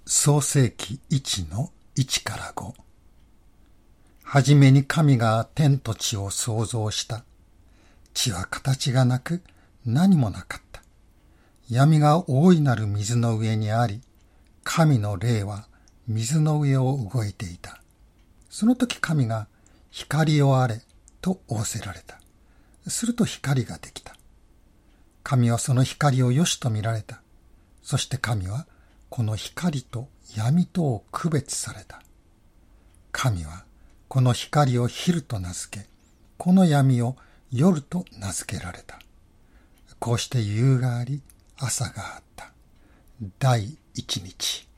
創世記1の1から5。はじめに神が天と地を創造した。地は形がなく何もなかった。闇が大いなる水の上にあり、神の霊は水の上を動いていた。その時神が光をあれと仰せられた。すると光ができた。神はその光をよしと見られた。そして神はこの光と闇とを区別された。神はこの光を昼と名付け、この闇を夜と名付けられた。こうして夕があり、朝があった。第一日。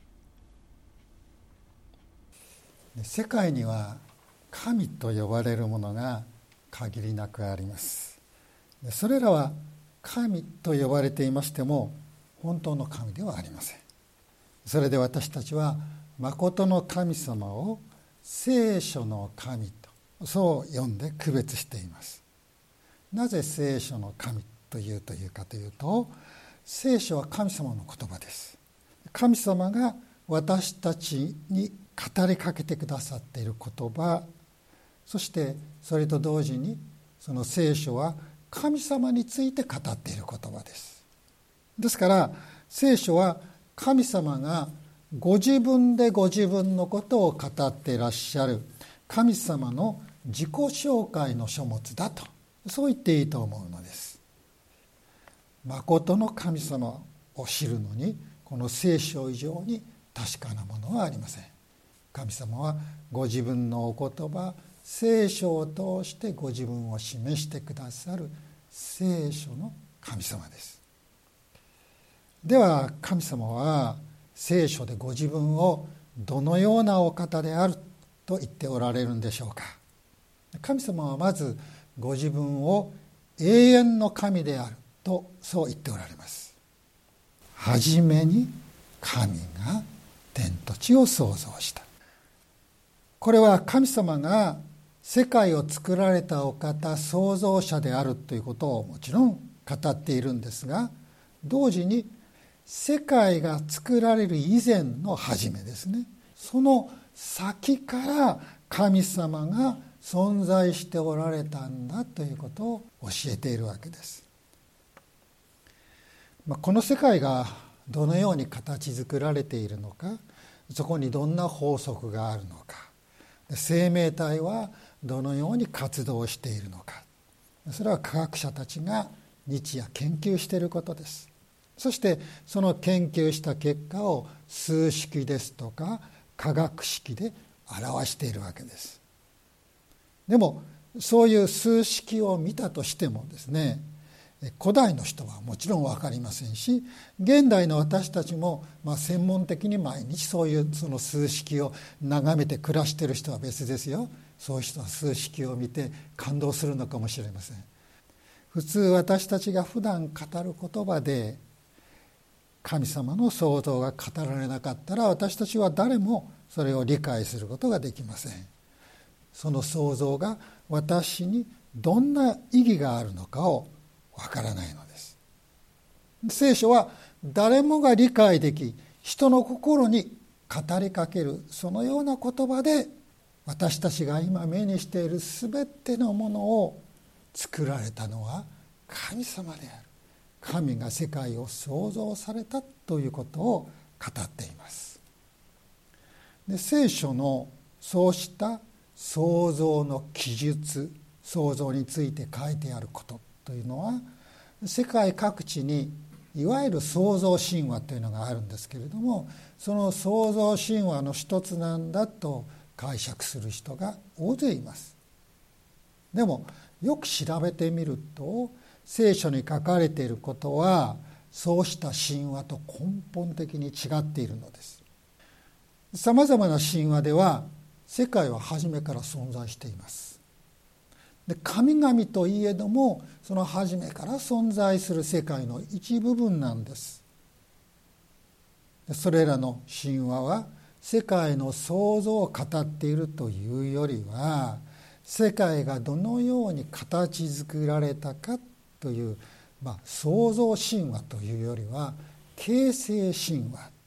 世界には神と呼ばれるものが限りなくあります。それらは神と呼ばれていましても、本当の神ではありません。それで私たちは真の神様を聖書の神とそう呼んで区別しています。なぜ聖書の神というかというと、聖書は神様の言葉です。神様が私たちに語りかけてくださっている言葉、そしてそれと同時にその聖書は神様について語っている言葉です。ですから聖書は神様がご自分でご自分のことを語っていらっしゃる神様の自己紹介の書物だと、そう言っていいと思うのです。真の神様を知るのにこの聖書以上に確かなものはありません。神様はご自分のお言葉、聖書を通してご自分を示してくださる聖書の神様です。では神様は聖書でご自分をどのようなお方であると言っておられるんでしょうか。神様はまずご自分を永遠の神であるとそう言っておられます。はじめに神が天と地を創造した。これは神様が世界を作られたお方、創造者であるということをもちろん語っているんですが、同時に世界が作られる以前の初めですね、その先から神様が存在しておられたんだということを教えているわけです。この世界がどのように形作られているのか、そこにどんな法則があるのか、生命体はどのように活動しているのか、それは科学者たちが日夜研究していることです。そしてその研究した結果を数式ですとか化学式で表しているわけです。でもそういう数式を見たとしてもですね、古代の人はもちろん分かりませんし、現代の私たちも専門的に毎日そういうその数式を眺めて暮らしている人は別ですよ。そういう人は数式を見て感動するのかもしれません。普通私たちが普段語る言葉で神様の創造が語られなかったら、私たちは誰もそれを理解することができません。その創造が私にどんな意義があるのかをわからないのです。聖書は誰もが理解でき、人の心に語りかけるそのような言葉で、私たちが今目にしているすべてのものを作られたのは神様である。神が世界を創造されたということを語っています。で、聖書のそうした創造の記述、創造について書いてあることというのは、世界各地にいわゆる創造神話というのがあるんですけれども、その創造神話の一つなんだと解釈する人が大勢います。でもよく調べてみると、聖書に書かれていることはそうした神話と根本的に違っているのです。さまざまな神話では世界は初めから存在しています。で、神々といえどもその初めから存在する世界の一部分なんです。で、それらの神話は世界の創造を語っているというよりは、世界がどのように形作られたかという、創造神話というよりは形成神話、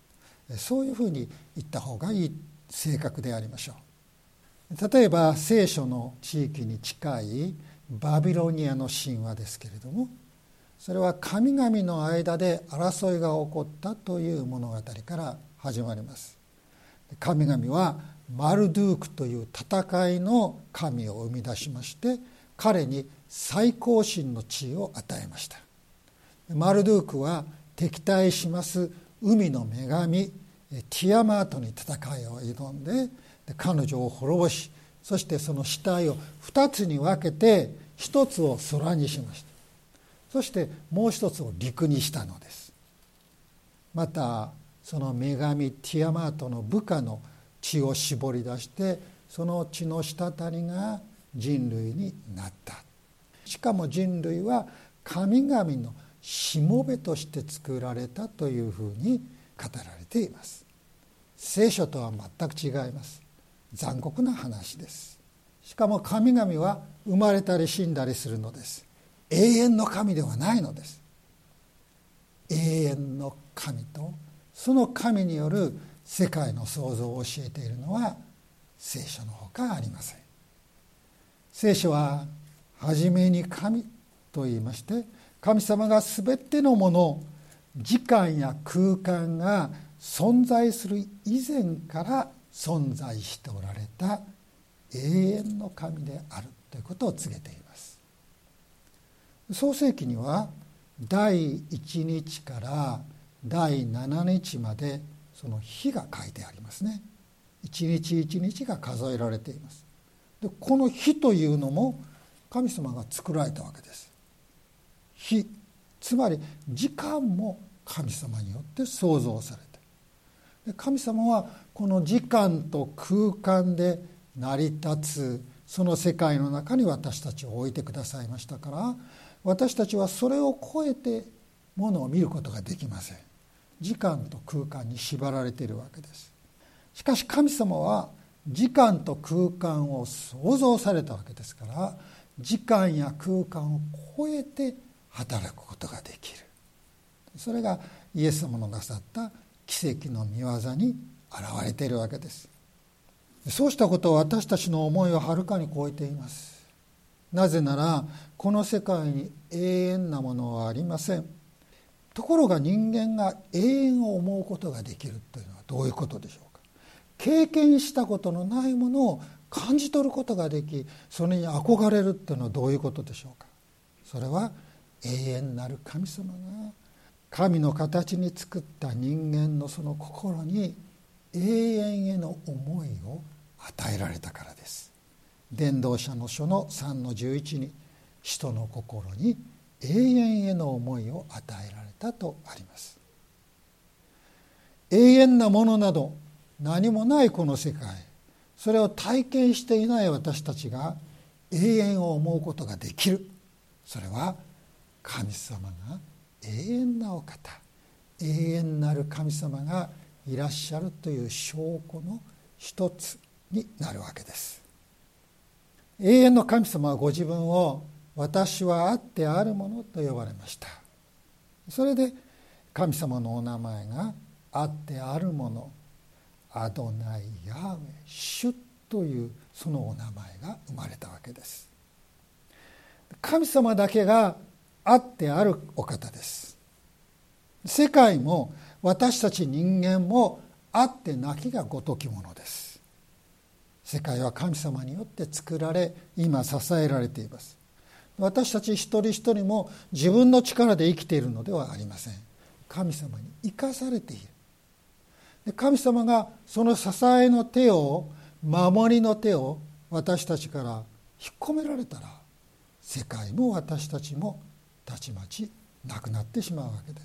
そういうふうに言った方がいい性格でありましょう。例えば聖書の地域に近いバビロニアの神話ですけれども、それは神々の間で争いが起こったという物語から始まります。神々はマルドゥークという戦いの神を生み出しまして、彼に最高神の地位を与えました。マルドゥークは敵対します海の女神ティアマートに戦いを挑んで、彼女を滅ぼし、そしてその死体を2つに分けて、1つを空にしました。そしてもう1つを陸にしたのです。またその女神ティアマートの部下の血を絞り出して、その血の滴りが人類になった。しかも人類は神々のしもべとして作られたというふうに語られています。聖書とは全く違います。残酷な話です。しかも神々は生まれたり死んだりするのです。永遠の神ではないのです。永遠の神とその神による世界の創造を教えているのは聖書のほかありません。聖書は初めに神と言いまして、神様がすべてのもの、時間や空間が存在する以前から存在しておられた永遠の神であるということを告げています。創世記には第1日から第7日までその日が書いてありますね。一日一日が数えられています。でこの日というのも神様が作られたわけです。日、つまり時間も神様によって創造されて、で神様はこの時間と空間で成り立つその世界の中に私たちを置いてくださいましたから、私たちはそれを超えてものを見ることができません。時間と空間に縛られているわけです。しかし神様は時間と空間を創造されたわけですから、時間や空間を超えて働くことができる。それがイエス様のなさった奇跡の御業に現れているわけです。そうしたことは私たちの思いをはるかに超えています。なぜならこの世界に永遠なものはありません。ところが人間が永遠を思うことができるというのはどういうことでしょうか。経験したことのないものを感じ取ることができ、それに憧れるというのはどういうことでしょうか。それは永遠なる神様が神の形に作った人間のその心に永遠への思いを与えられたからです。伝道者の書の 3-11 に人の心に永遠への思いを与えられたとあります。永遠なものなど何もないこの世界、それを体験していない私たちが永遠を思うことができる。それは神様が永遠なお方、永遠なる神様がいらっしゃるという証拠の一つになるわけです。永遠の神様はご自分を私はあってあるものと呼ばれました。それで神様のお名前があってあるもの、アドナイヤーウェ主というそのお名前が生まれたわけです。神様だけがあってあるお方です。世界も私たち人間もあってなきがごときものです。世界は神様によって作られ、今支えられています。私たち一人一人も自分の力で生きているのではありません。神様に生かされている。で神様がその支えの手を、守りの手を私たちから引っ込められたら、世界も私たちもたちまちなくなってしまうわけです。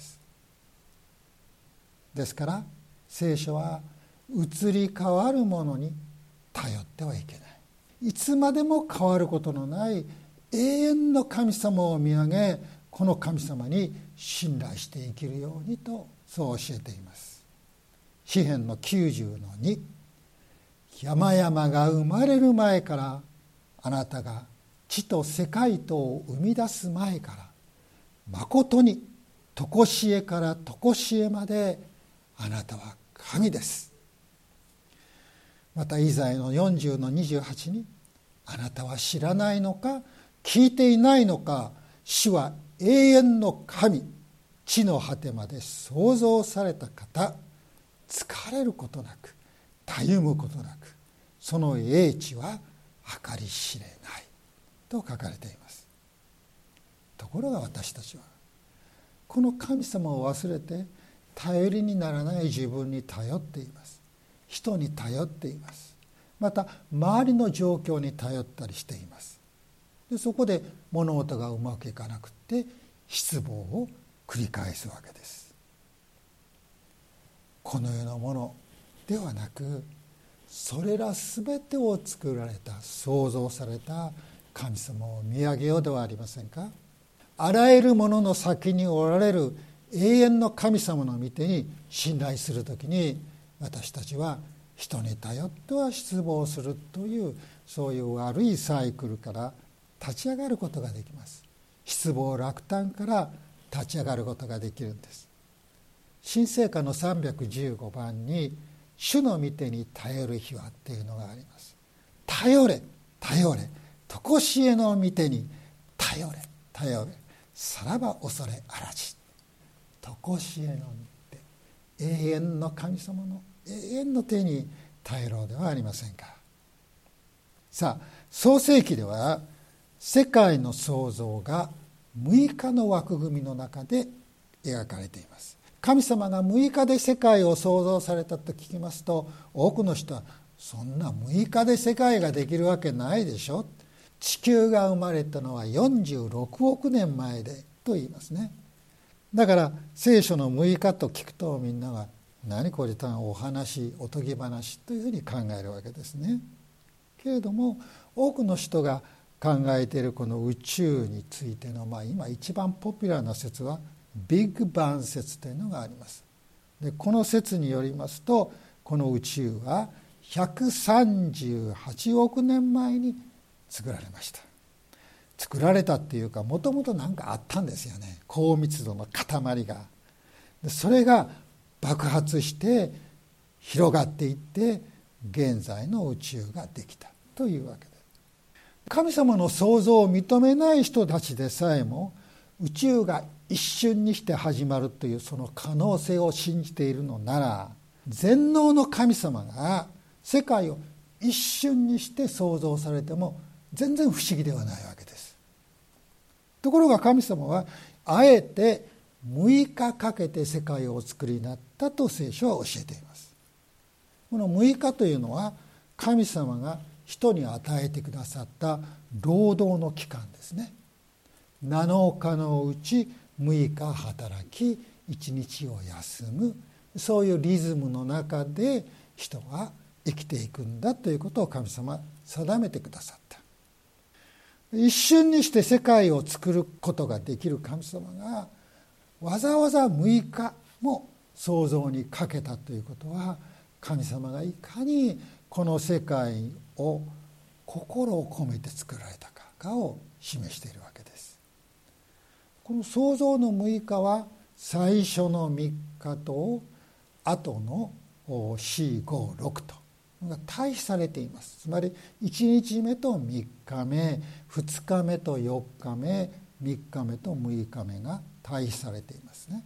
ですから聖書は移り変わるものに頼ってはいけない。いつまでも変わることのない永遠の神様を見上げ、この神様に信頼して生きるようにとそう教えています。詩編の90-2、山々が生まれる前からあなたが地と世界とを生み出す前からまことに常しえから常しえまであなたは神です。またイザヤの40の28に、あなたは知らないのか、聞いていないのか、主は永遠の神、地の果てまで創造された方、疲れることなく、たゆむことなく、その英知は計り知れないと書かれています。ところが私たちはこの神様を忘れて、頼りにならない自分に頼っています。人に頼っています。また周りの状況に頼ったりしています。でそこで物事がうまくいかなくって失望を繰り返すわけです。この世のものではなく、それらすべてを作られた、創造された神様を見上げようではありませんか。あらゆるものの先におられる永遠の神様の御手に信頼するときに、私たちは人に頼っては失望するという、そういう悪いサイクルから立ち上がることができます。失望落胆から立ち上がることができるんです。新聖歌の315番に、主の御手に頼る日はっていうのがあります。頼れ、頼れ、とこしえの御手に頼れ、頼れ、さらば恐れあらじ。とこしえの御手、永遠の神様の永遠の手に頼ろうではありませんか。さあ、創世記では世界の創造が6日の枠組みの中で描かれています。神様が6日で世界を創造されたと聞きますと、多くの人はそんな6日で世界ができるわけないでしょ、地球が生まれたのは46億年前でと言いますね。だから聖書の6日と聞くと、みんなは何これ単お話、おとぎ話というふうに考えるわけですね。けれども多くの人が考えているこの宇宙についての、今一番ポピュラーな説はビッグバン説というのがあります。でこの説によりますと、この宇宙は138億年前に作られました。作られたっていうか、もともと何かあったんですよね。高密度の塊が。でそれが爆発して広がっていって、現在の宇宙ができたというわけです。神様の創造を認めない人たちでさえも、宇宙が一瞬にして始まるというその可能性を信じているのなら、全能の神様が世界を一瞬にして創造されても全然不思議ではないわけです。ところが神様はあえて6日かけて世界をお作りになったと聖書は教えています。この6日というのは、神様が人に与えてくださった労働の期間ですね。7日のうち6日働き、1日を休む、そういうリズムの中で人は生きていくんだということを神様は定めてくださった。一瞬にして世界を作ることができる神様がわざわざ6日も創造にかけたということは、神様がいかにこの世界を心を込めて作られたかを示しているわけです。この創造の6日は最初の3日と後の4、5、6と対比されています。つまり1日目と3日目、2日目と4日目、3日目と6日目が対比されていますね。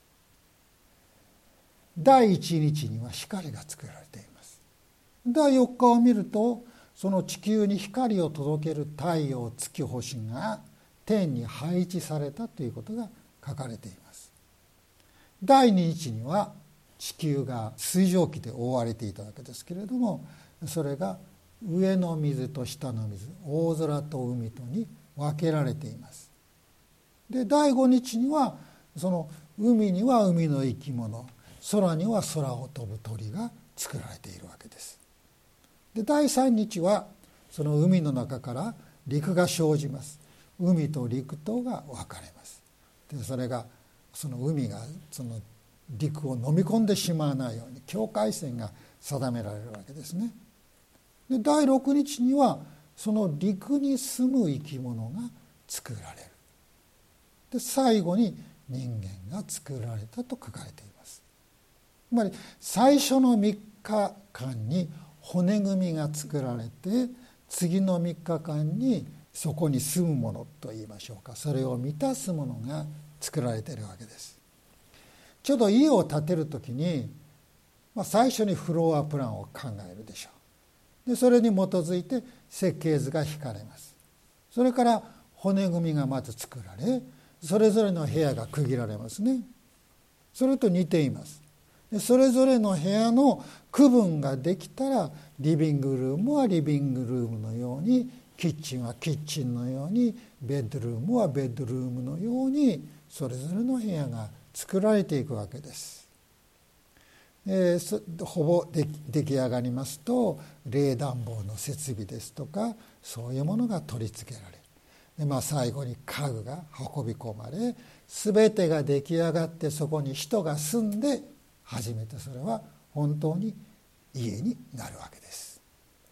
第1日には光が作られています。第4日を見ると、その地球に光を届ける太陽、月、星が天に配置されたということが書かれています。第2日には地球が水蒸気で覆われていたわけですけれども、それが上の水と下の水、大空と海とに分けられています。で第5日にはその海には海の生き物、空には空を飛ぶ鳥が作られているわけです。で第3日はその海の中から陸が生じます。海と陸とが分かれます。でそれがその海がその陸を飲み込んでしまわないように境界線が定められるわけですね。で第6日にはその陸に住む生き物が作られる。で最後に人間が作られたと書かれています。 つまり最初の3日間に骨組みが作られて、次の3日間にそこに住むものといいましょうか、それを満たすものが作られているわけです。ちょうど家を建てるときに、最初にフロアプランを考えるでしょう。でそれに基づいて設計図が引かれます。それから骨組みがまず作られ、それぞれの部屋が区切られますね。それと似ています。でそれぞれの部屋の区分ができたら、リビングルームはリビングルームのように、キッチンはキッチンのように、ベッドルームはベッドルームのように、それぞれの部屋が作られていくわけです。ほぼ出来上がりますと、冷暖房の設備ですとか、そういうものが取り付けられで、最後に家具が運び込まれ、全てが出来上がって、そこに人が住んで初めてそれは本当に家になるわけです。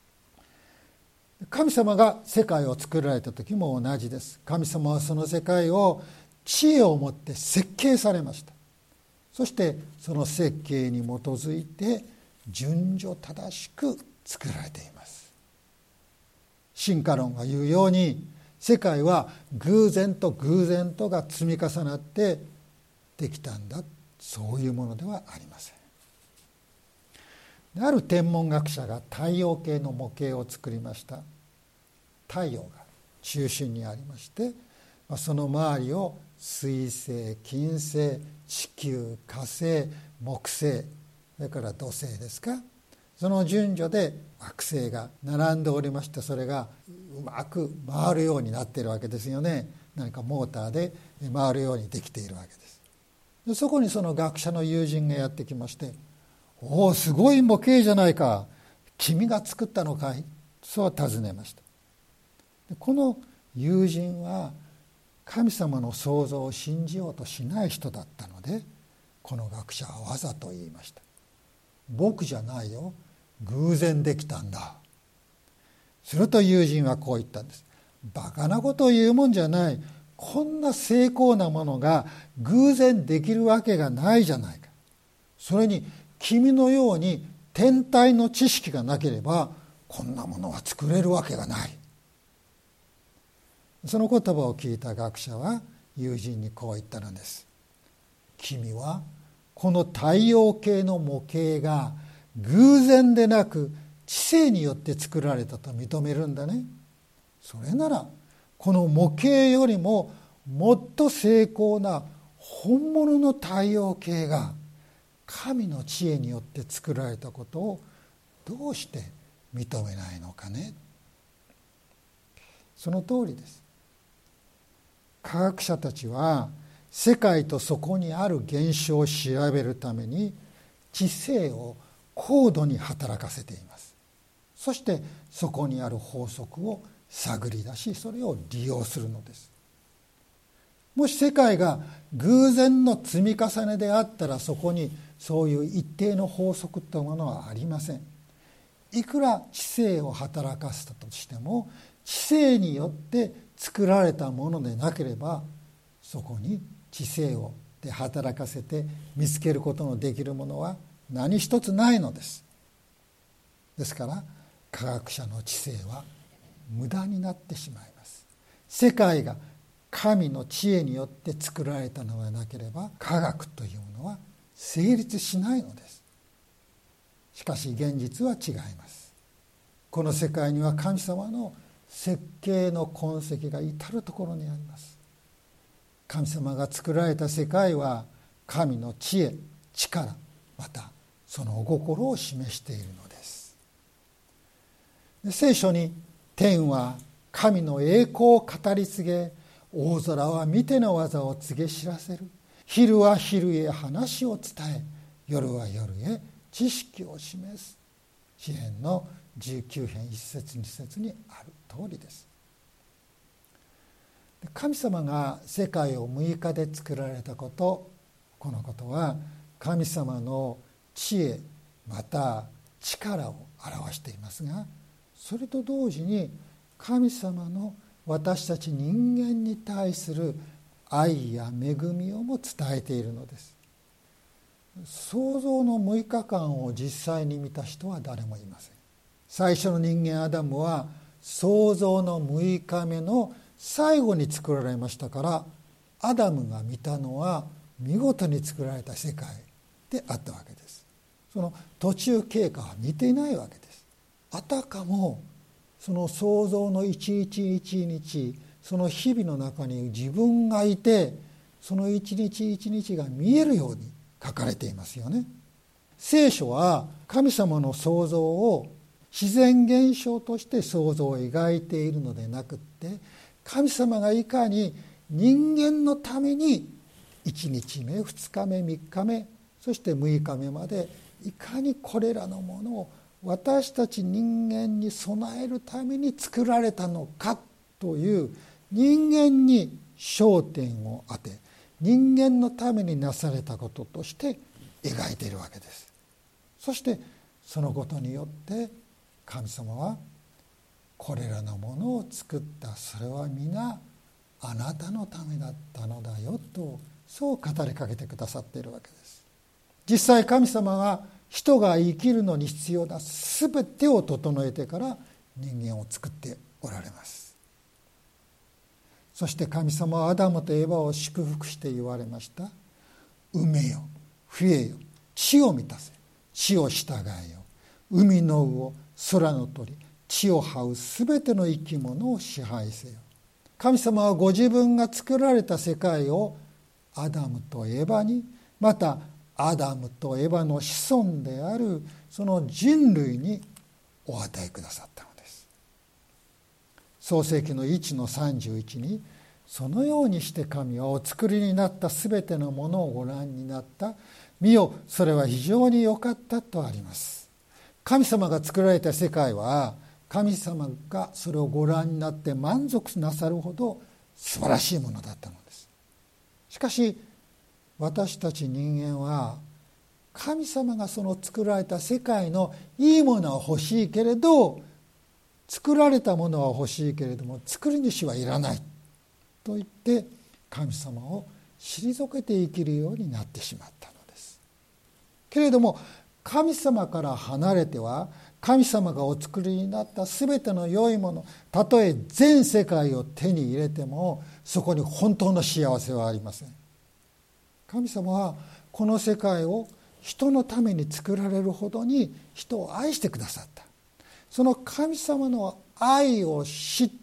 神様が世界を作られた時も同じです。神様はその世界を知恵を持って設計されました。そしてその設計に基づいて順序正しく作られています。進化論が言うように、世界は偶然と偶然とが積み重なってできたんだ、そういうものではありません。ある天文学者が太陽系の模型を作りました。太陽が中心にありまして、その周りを水星、金星、地球、火星、木星、それから土星ですか、その順序で惑星が並んでおりまして、それがうまく回るようになっているわけですよね。何かモーターで回るようにできているわけです。でそこにその学者の友人がやってきまして、おお、すごい模型じゃないか、君が作ったのかい、そう尋ねました。でこの友人は神様の創造を信じようとしない人だったので、この学者はわざと言いました。僕じゃないよ、偶然できたんだ。すると友人はこう言ったんです。バカなことを言うもんじゃない。こんな精巧なものが偶然できるわけがないじゃないか。それに君のように天体の知識がなければこんなものは作れるわけがない。その言葉を聞いた学者は友人にこう言ったのです。君はこの太陽系の模型が偶然でなく知性によって作られたと認めるんだね。それならこの模型よりももっと精巧な本物の太陽系が神の知恵によって作られたことをどうして認めないのかね。その通りです。科学者たちは世界とそこにある現象を調べるために知性を高度に働かせています。そしてそこにある法則を探り出し、それを利用するのです。もし世界が偶然の積み重ねであったら、そこにそういう一定の法則というものはありません。いくら知性を働かせたとしても、知性によって作られたものでなければ、そこに知性をで働かせて見つけることのできるものは何一つないのです。ですから科学者の知性は無駄になってしまいます。世界が神の知恵によって作られたのでなければ、科学というものは成立しないのです。しかし現実は違います。この世界には神様の設計の痕跡が至るところにあります。神様が作られた世界は神の知恵、力、またそのお心を示しているのです。聖書に天は神の栄光を語り継げ、大空は御手の技を告げ知らせる。昼は昼へ話を伝え、夜は夜へ知識を示す。詩編の19編1節2節にある通りです。神様が世界を6日で作られたこと、このことは神様の知恵また力を表していますが、それと同時に神様の私たち人間に対する愛や恵みをも伝えているのです。 創造の6日間を実際に見た人は誰もいません。最初の人間アダムは創造の6日目の最後に作られましたから、アダムが見たのは見事に作られた世界であったわけです。その途中経過は見ていないわけです。あたかもその創造の一日一日、その日々の中に自分がいて、その一日一日が見えるように書かれていますよね。聖書は神様の創造を自然現象として創造を描いているのでなくって、神様がいかに人間のために1日目、2日目、3日目、そして6日目までいかにこれらのものを私たち人間に備えるために作られたのかという人間に焦点を当て、人間のためになされたこととして描いているわけです。そしてそのことによって神様はこれらのものを作った、それは皆あなたのためだったのだよと、そう語りかけてくださっているわけです。実際神様が人が生きるのに必要なすべてを整えてから人間を作っておられます。そして神様はアダムとエバを祝福して言われました。埋めよ、増えよ、地を満たせ、地を従えよ、海の魚、空の鳥、地を這うすべての生き物を支配せよ。神様はご自分が作られた世界をアダムとエバに、またアダムとエバの子孫であるその人類にお与えくださったのです。創世記の1の31に、そのようにして神はお作りになったすべてのものをご覧になった。見よ、それは非常に良かったとあります。神様が作られた世界は、神様がそれをご覧になって満足なさるほど素晴らしいものだったのです。しかし私たち人間は、神様がその作られた世界のいいものは欲しいけれど、作られたものは欲しいけれども作り主はいらないと言って神様を退けて生きるようになってしまったのです。けれども神様から離れては、神様がお作りになったすべての良いもの、たとえ全世界を手に入れてもそこに本当の幸せはありません。神様はこの世界を人のために作られるほどに人を愛してくださった。その神様の愛を知って、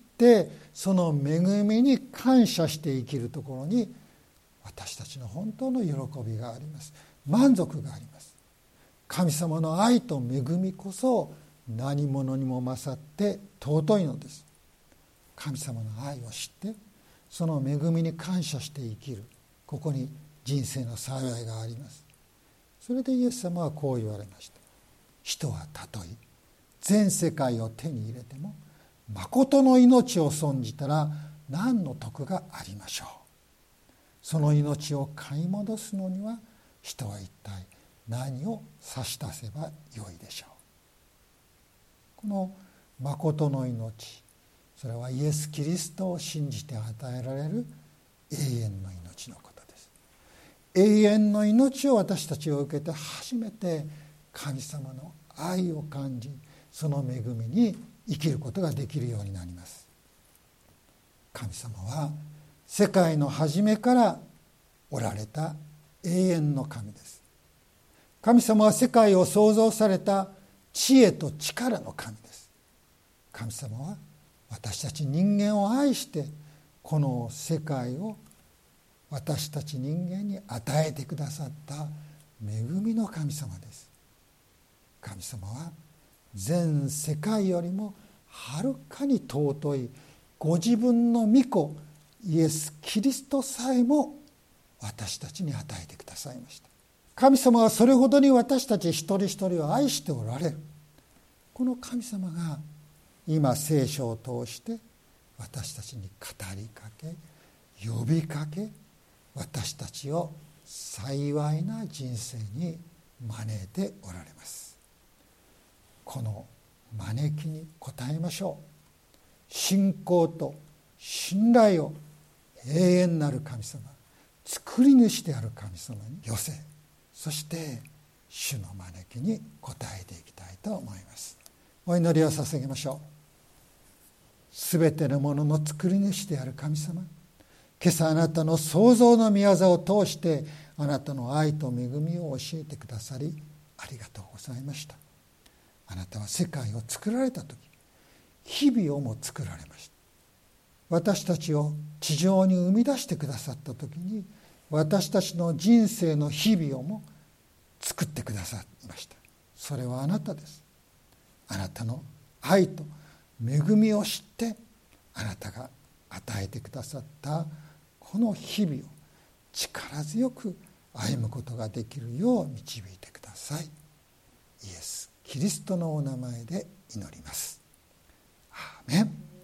その恵みに感謝して生きるところに私たちの本当の喜びがあります。満足があります。神様の愛と恵みこそ何者にも勝って尊いのです。神様の愛を知ってその恵みに感謝して生きる、ここに人生の幸いがあります。それでイエス様はこう言われました。人はたとえ全世界を手に入れても誠の命を損じたら何の得がありましょう。その命を買い戻すのには人は一体何を差し出せばよいでしょう。この誠の命、それはイエス・キリストを信じて与えられる永遠の命のことです。永遠の命を私たちが受けて初めて神様の愛を感じ、その恵みに生きることができるようになります。神様は世界の初めからおられた永遠の神です。神様は世界を創造された知恵と力の神です。神様は私たち人間を愛してこの世界を私たち人間に与えてくださった恵みの神様です。神様は全世界よりもはるかに尊いご自分の御子イエス・キリストさえも私たちに与えてくださいました。神様はそれほどに私たち一人一人を愛しておられる。この神様が今聖書を通して私たちに語りかけ、呼びかけ、私たちを幸いな人生に招いておられます。この招きに応えましょう。信仰と信頼を永遠なる神様、作り主である神様に寄せ、 そして主の招きに応えていきたいと思います。お祈りを捧げましょう。すべてのものの作り主である神様、今朝あなたの創造の御業を通してあなたの愛と恵みを教えてくださりありがとうございました。あなたは世界を作られた時、日々をも作られました。私たちを地上に生み出してくださった時に、私たちの人生の日々をも作ってくださいました。それはあなたです。あなたの愛と恵みを知ってあなたが与えてくださったこの日々を力強く歩むことができるよう導いてください。イエス・キリストのお名前で祈ります。アーメン。